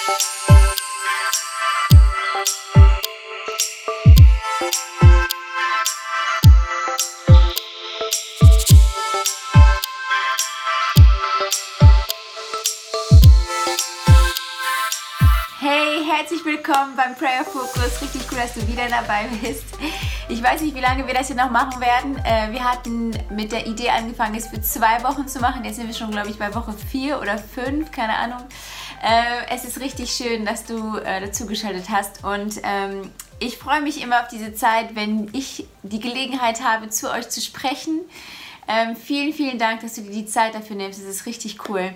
Hey, herzlich willkommen beim Prayer Focus. Richtig cool, dass du wieder dabei bist. Ich weiß nicht, wie lange wir das hier noch machen werden. Wir hatten mit der Idee angefangen, es für 2 Wochen zu machen. Jetzt sind wir schon, glaube ich, bei Woche 4 oder 5, keine Ahnung. Es ist richtig schön, dass du dazugeschaltet hast und ich freue mich immer auf diese Zeit, wenn ich die Gelegenheit habe, zu euch zu sprechen. Vielen, vielen Dank, dass du dir die Zeit dafür nimmst. Das ist richtig cool.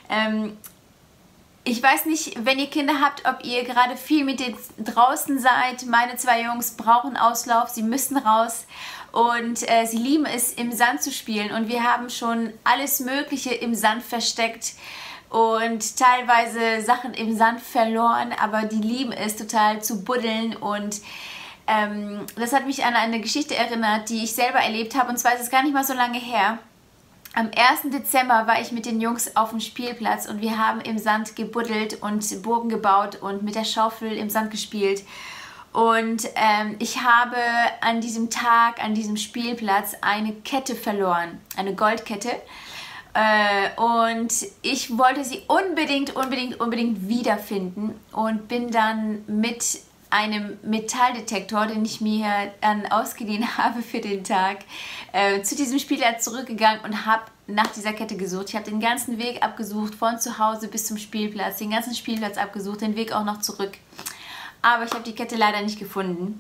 Ich weiß nicht, wenn ihr Kinder habt, ob ihr gerade viel mit denen draußen seid. Meine 2 Jungs brauchen Auslauf, sie müssen raus und sie lieben es, im Sand zu spielen. Und wir haben schon alles Mögliche im Sand versteckt und teilweise Sachen im Sand verloren, aber die lieben es total zu buddeln. Und das hat mich an eine Geschichte erinnert, die ich selber erlebt habe. Und zwar ist es gar nicht mal so lange her. Am 1. Dezember war ich mit den Jungs auf dem Spielplatz und wir haben im Sand gebuddelt und Burgen gebaut und mit der Schaufel im Sand gespielt. Und ich habe an diesem Tag, an diesem Spielplatz eine Kette verloren, eine Goldkette. Und ich wollte sie unbedingt wiederfinden und bin dann mit einem Metalldetektor, den ich mir dann ausgeliehen habe für den Tag, zu diesem Spielplatz zurückgegangen und habe nach dieser Kette gesucht. Ich habe den ganzen Weg abgesucht, von zu Hause bis zum Spielplatz, den ganzen Spielplatz abgesucht, den Weg auch noch zurück. Aber ich habe die Kette leider nicht gefunden.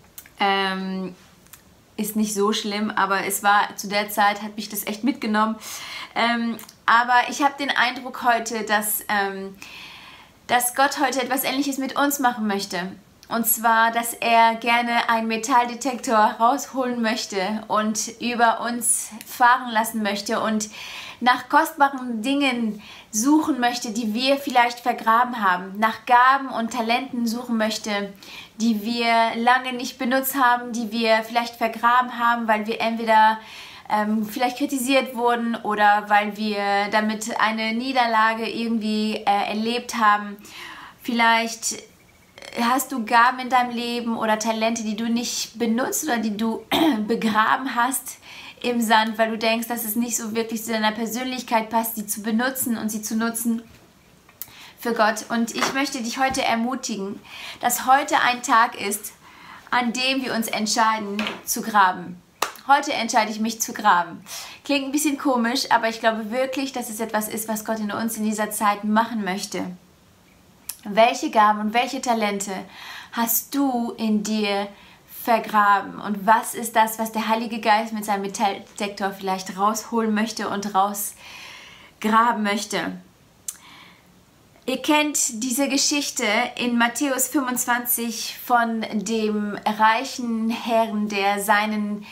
Ist nicht so schlimm, aber es war zu der Zeit, hat mich das echt mitgenommen. Aber ich habe den Eindruck heute, dass Gott heute etwas Ähnliches mit uns machen möchte. Und zwar, dass er gerne einen Metalldetektor rausholen möchte und über uns fahren lassen möchte und nach kostbaren Dingen suchen möchte, die wir vielleicht vergraben haben. Nach Gaben und Talenten suchen möchte, die wir lange nicht benutzt haben, die wir vielleicht vergraben haben, weil wir entweder vielleicht kritisiert wurden oder weil wir damit eine Niederlage irgendwie erlebt haben. Vielleicht hast du Gaben in deinem Leben oder Talente, die du nicht benutzt oder die du begraben hast im Sand, weil du denkst, dass es nicht so wirklich zu deiner Persönlichkeit passt, sie zu benutzen und sie zu nutzen für Gott. Und ich möchte dich heute ermutigen, dass heute ein Tag ist, an dem wir uns entscheiden zu graben. Heute entscheide ich mich zu graben. Klingt ein bisschen komisch, aber ich glaube wirklich, dass es etwas ist, was Gott in uns in dieser Zeit machen möchte. Welche Gaben und welche Talente hast du in dir vergraben? Und was ist das, was der Heilige Geist mit seinem Metalldetektor vielleicht rausholen möchte und rausgraben möchte? Ihr kennt diese Geschichte in Matthäus 25 von dem reichen Herrn, der seinen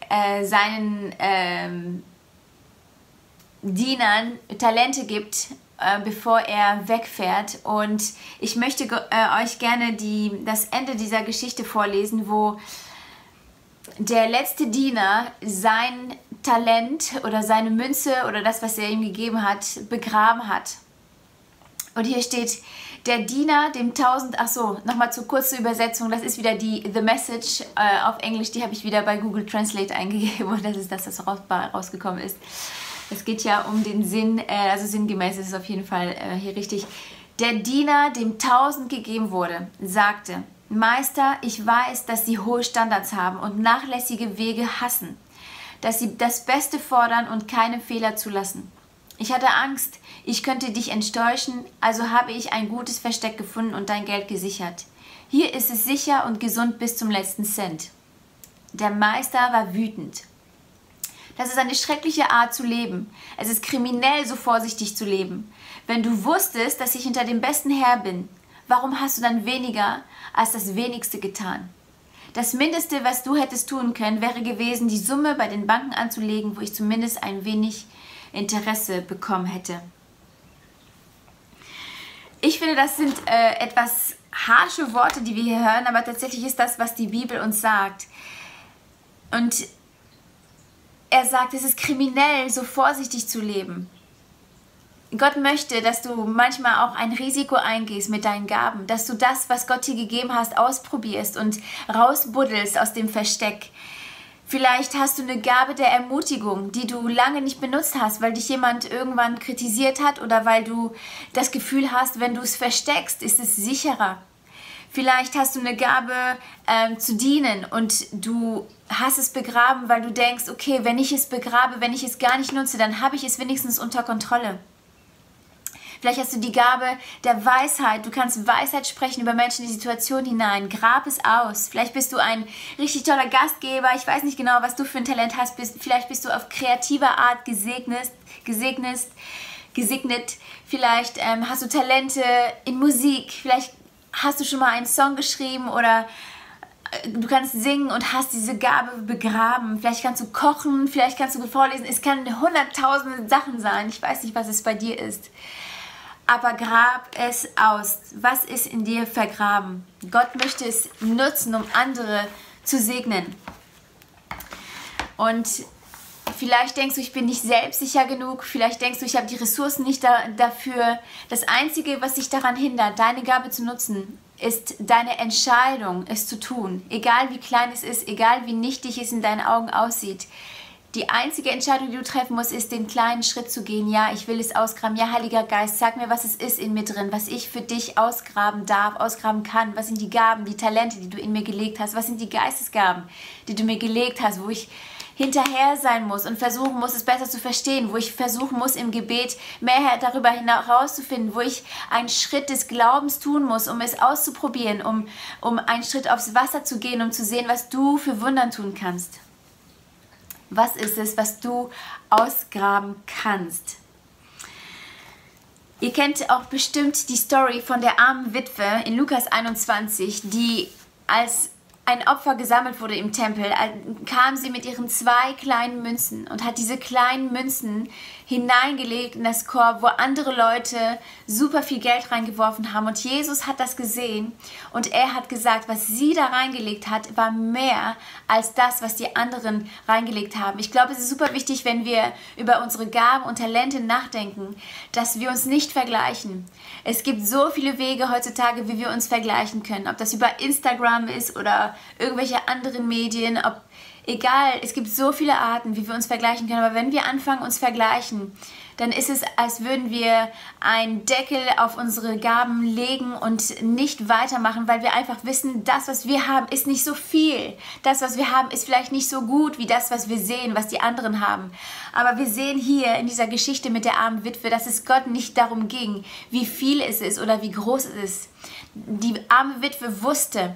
Dienern Talente gibt, bevor er wegfährt. Und ich möchte euch gerne das Ende dieser Geschichte vorlesen, wo der letzte Diener sein Talent oder seine Münze oder das, was er ihm gegeben hat, begraben hat. Und hier steht, der Diener dem 1000, nochmal zur kurzen Übersetzung, das ist wieder die The Message auf Englisch, die habe ich wieder bei Google Translate eingegeben und das ist das, was rausgekommen ist. Es geht ja um den Sinn, also sinngemäß ist es auf jeden Fall hier richtig. Der Diener, dem 1000 gegeben wurde, sagte, Meister, ich weiß, dass Sie hohe Standards haben und nachlässige Wege hassen, dass Sie das Beste fordern und keine Fehler zulassen. Ich hatte Angst, ich könnte dich enttäuschen, also habe ich ein gutes Versteck gefunden und dein Geld gesichert. Hier ist es sicher und gesund bis zum letzten Cent. Der Meister war wütend. Das ist eine schreckliche Art zu leben. Es ist kriminell, so vorsichtig zu leben. Wenn du wusstest, dass ich hinter dem besten Herr bin, warum hast du dann weniger als das Wenigste getan? Das Mindeste, was du hättest tun können, wäre gewesen, die Summe bei den Banken anzulegen, wo ich zumindest ein wenig Interesse bekommen hätte. Ich finde, das sind etwas harsche Worte, die wir hier hören, aber tatsächlich ist das, was die Bibel uns sagt. Und er sagt, es ist kriminell, so vorsichtig zu leben. Gott möchte, dass du manchmal auch ein Risiko eingehst mit deinen Gaben, dass du das, was Gott dir gegeben hast, ausprobierst und rausbuddelst aus dem Versteck. Vielleicht hast du eine Gabe der Ermutigung, die du lange nicht benutzt hast, weil dich jemand irgendwann kritisiert hat oder weil du das Gefühl hast, wenn du es versteckst, ist es sicherer. Vielleicht hast du eine Gabe zu dienen und du hast es begraben, weil du denkst, okay, wenn ich es begrabe, wenn ich es gar nicht nutze, dann habe ich es wenigstens unter Kontrolle. Vielleicht hast du die Gabe der Weisheit. Du kannst Weisheit sprechen über Menschen in die Situation hinein. Grab es aus. Vielleicht bist du ein richtig toller Gastgeber. Ich weiß nicht genau, was du für ein Talent hast. Vielleicht bist du auf kreative Art gesegnet. Vielleicht hast du Talente in Musik. Vielleicht hast du schon mal einen Song geschrieben oder du kannst singen und hast diese Gabe begraben. Vielleicht kannst du kochen, vielleicht kannst du vorlesen. Es kann 100.000 Sachen sein. Ich weiß nicht, was es bei dir ist. Aber grab es aus. Was ist in dir vergraben? Gott möchte es nutzen, um andere zu segnen. Und vielleicht denkst du, ich bin nicht selbstsicher genug. Vielleicht denkst du, ich habe die Ressourcen nicht dafür. Das Einzige, was dich daran hindert, deine Gabe zu nutzen, ist deine Entscheidung, es zu tun. Egal wie klein es ist, egal wie nichtig es in deinen Augen aussieht. Die einzige Entscheidung, die du treffen musst, ist, den kleinen Schritt zu gehen. Ja, ich will es ausgraben. Ja, Heiliger Geist, sag mir, was es ist in mir drin, was ich für dich ausgraben darf, ausgraben kann. Was sind die Gaben, die Talente, die du in mir gelegt hast? Was sind die Geistesgaben, die du mir gelegt hast, wo ich hinterher sein muss und versuchen muss, es besser zu verstehen, wo ich versuchen muss, im Gebet mehr darüber herauszufinden, wo ich einen Schritt des Glaubens tun muss, um es auszuprobieren, um einen Schritt aufs Wasser zu gehen, um zu sehen, was du für Wunder tun kannst. Was ist es, was du ausgraben kannst? Ihr kennt auch bestimmt die Story von der armen Witwe in Lukas 21, die als ein Opfer gesammelt wurde im Tempel, kam sie mit ihren 2 kleinen Münzen und hat diese kleinen Münzen hineingelegt in das Korb, wo andere Leute super viel Geld reingeworfen haben. Und Jesus hat das gesehen und er hat gesagt, was sie da reingelegt hat, war mehr als das, was die anderen reingelegt haben. Ich glaube, es ist super wichtig, wenn wir über unsere Gaben und Talente nachdenken, dass wir uns nicht vergleichen. Es gibt so viele Wege heutzutage, wie wir uns vergleichen können. Ob das über Instagram ist oder irgendwelche anderen Medien, egal, es gibt so viele Arten, wie wir uns vergleichen können. Aber wenn wir anfangen, uns vergleichen, dann ist es, als würden wir einen Deckel auf unsere Gaben legen und nicht weitermachen, weil wir einfach wissen, das, was wir haben, ist nicht so viel. Das, was wir haben, ist vielleicht nicht so gut wie das, was wir sehen, was die anderen haben. Aber wir sehen hier in dieser Geschichte mit der armen Witwe, dass es Gott nicht darum ging, wie viel es ist oder wie groß es ist. Die arme Witwe wusste,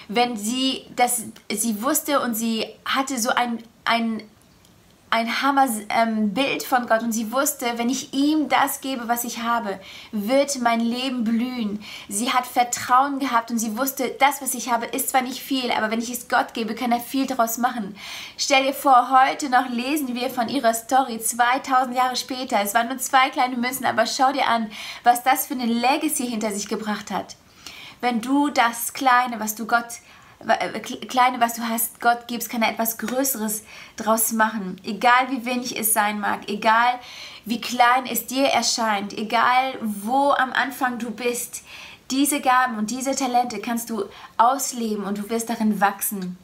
sie wusste und sie hatte so ein Hammer-Bild von Gott und sie wusste, wenn ich ihm das gebe, was ich habe, wird mein Leben blühen. Sie hat Vertrauen gehabt und sie wusste, das, was ich habe, ist zwar nicht viel, aber wenn ich es Gott gebe, kann er viel daraus machen. Stell dir vor, heute noch lesen wir von ihrer Story, 2000 Jahre später. Es waren nur 2 kleine Münzen, aber schau dir an, was das für eine Legacy hinter sich gebracht hat. Wenn du das Kleine, was du hast, Gott gibst, kann er etwas Größeres draus machen. Egal wie wenig es sein mag, egal wie klein es dir erscheint, egal wo am Anfang du bist, diese Gaben und diese Talente kannst du ausleben und du wirst darin wachsen.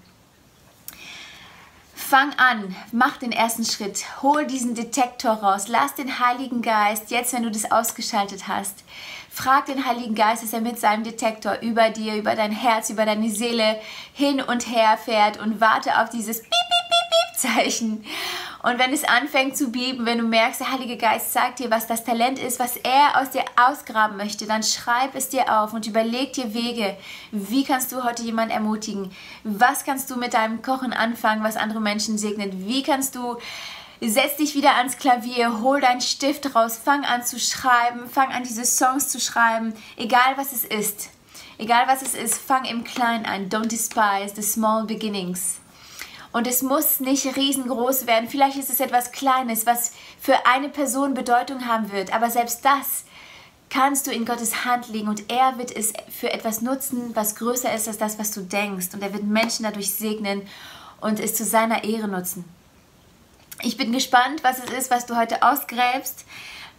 Fang an, mach den ersten Schritt, hol diesen Detektor raus, lass den Heiligen Geist, jetzt wenn du das ausgeschaltet hast, frag den Heiligen Geist, dass er mit seinem Detektor über dir, über dein Herz, über deine Seele hin und her fährt und warte auf dieses Piep, Piep, Piep, Piep Zeichen. Und wenn es anfängt zu beben, wenn du merkst, der Heilige Geist sagt dir, was das Talent ist, was er aus dir ausgraben möchte, dann schreib es dir auf und überleg dir Wege. Wie kannst du heute jemanden ermutigen? Was kannst du mit deinem Kochen anfangen, was andere Menschen segnet? Wie kannst du... Setz dich wieder ans Klavier, hol deinen Stift raus, fang an zu schreiben, fang an diese Songs zu schreiben, egal was es ist. Egal was es ist, fang im Kleinen an. Don't despise the small beginnings. Und es muss nicht riesengroß werden. Vielleicht ist es etwas Kleines, was für eine Person Bedeutung haben wird. Aber selbst das kannst du in Gottes Hand legen und er wird es für etwas nutzen, was größer ist als das, was du denkst. Und er wird Menschen dadurch segnen und es zu seiner Ehre nutzen. Ich bin gespannt, was es ist, was du heute ausgräbst.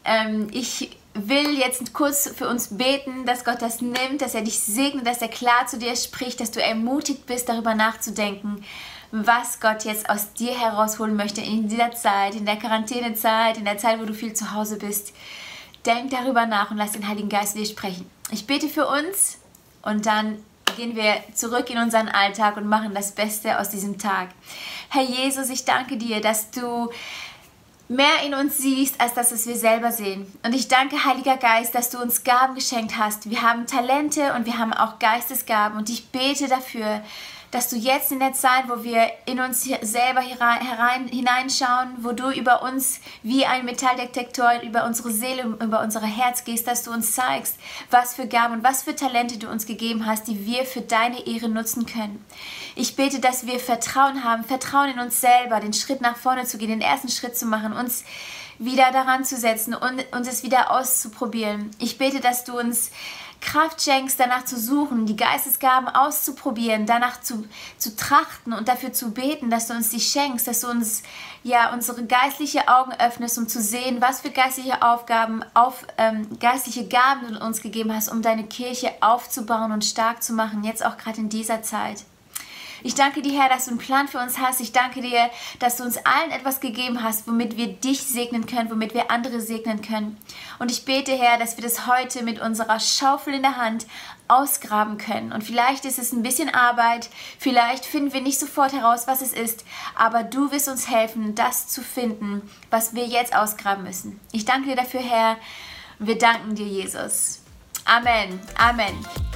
Ich will jetzt kurz für uns beten, dass Gott das nimmt, dass er dich segnet, dass er klar zu dir spricht, dass du ermutigt bist, darüber nachzudenken, was Gott jetzt aus dir herausholen möchte in dieser Zeit, in der Quarantänezeit, in der Zeit, wo du viel zu Hause bist. Denk darüber nach und lass den Heiligen Geist zu dir sprechen. Ich bete für uns und dann gehen wir zurück in unseren Alltag und machen das Beste aus diesem Tag. Herr Jesus, ich danke dir, dass du mehr in uns siehst, als das, was wir selber sehen. Und ich danke, Heiliger Geist, dass du uns Gaben geschenkt hast. Wir haben Talente und wir haben auch Geistesgaben. Und ich bete dafür, dass du jetzt in der Zeit, wo wir in uns selber hineinschauen, wo du über uns wie ein Metalldetektor über unsere Seele, über unser Herz gehst, dass du uns zeigst, was für Gaben und was für Talente du uns gegeben hast, die wir für deine Ehre nutzen können. Ich bete, dass wir Vertrauen haben, Vertrauen in uns selber, den Schritt nach vorne zu gehen, den ersten Schritt zu machen, uns wieder daran zu setzen und uns es wieder auszuprobieren. Ich bete, dass du uns Kraft schenkst, danach zu suchen, die Geistesgaben auszuprobieren, danach zu trachten und dafür zu beten, dass du uns die schenkst, dass du uns unsere geistlichen Augen öffnest, um zu sehen, was für geistliche geistliche Gaben du uns gegeben hast, um deine Kirche aufzubauen und stark zu machen, jetzt auch gerade in dieser Zeit. Ich danke dir, Herr, dass du einen Plan für uns hast. Ich danke dir, dass du uns allen etwas gegeben hast, womit wir dich segnen können, womit wir andere segnen können. Und ich bete, Herr, dass wir das heute mit unserer Schaufel in der Hand ausgraben können. Und vielleicht ist es ein bisschen Arbeit, vielleicht finden wir nicht sofort heraus, was es ist, aber du wirst uns helfen, das zu finden, was wir jetzt ausgraben müssen. Ich danke dir dafür, Herr, und wir danken dir, Jesus. Amen. Amen.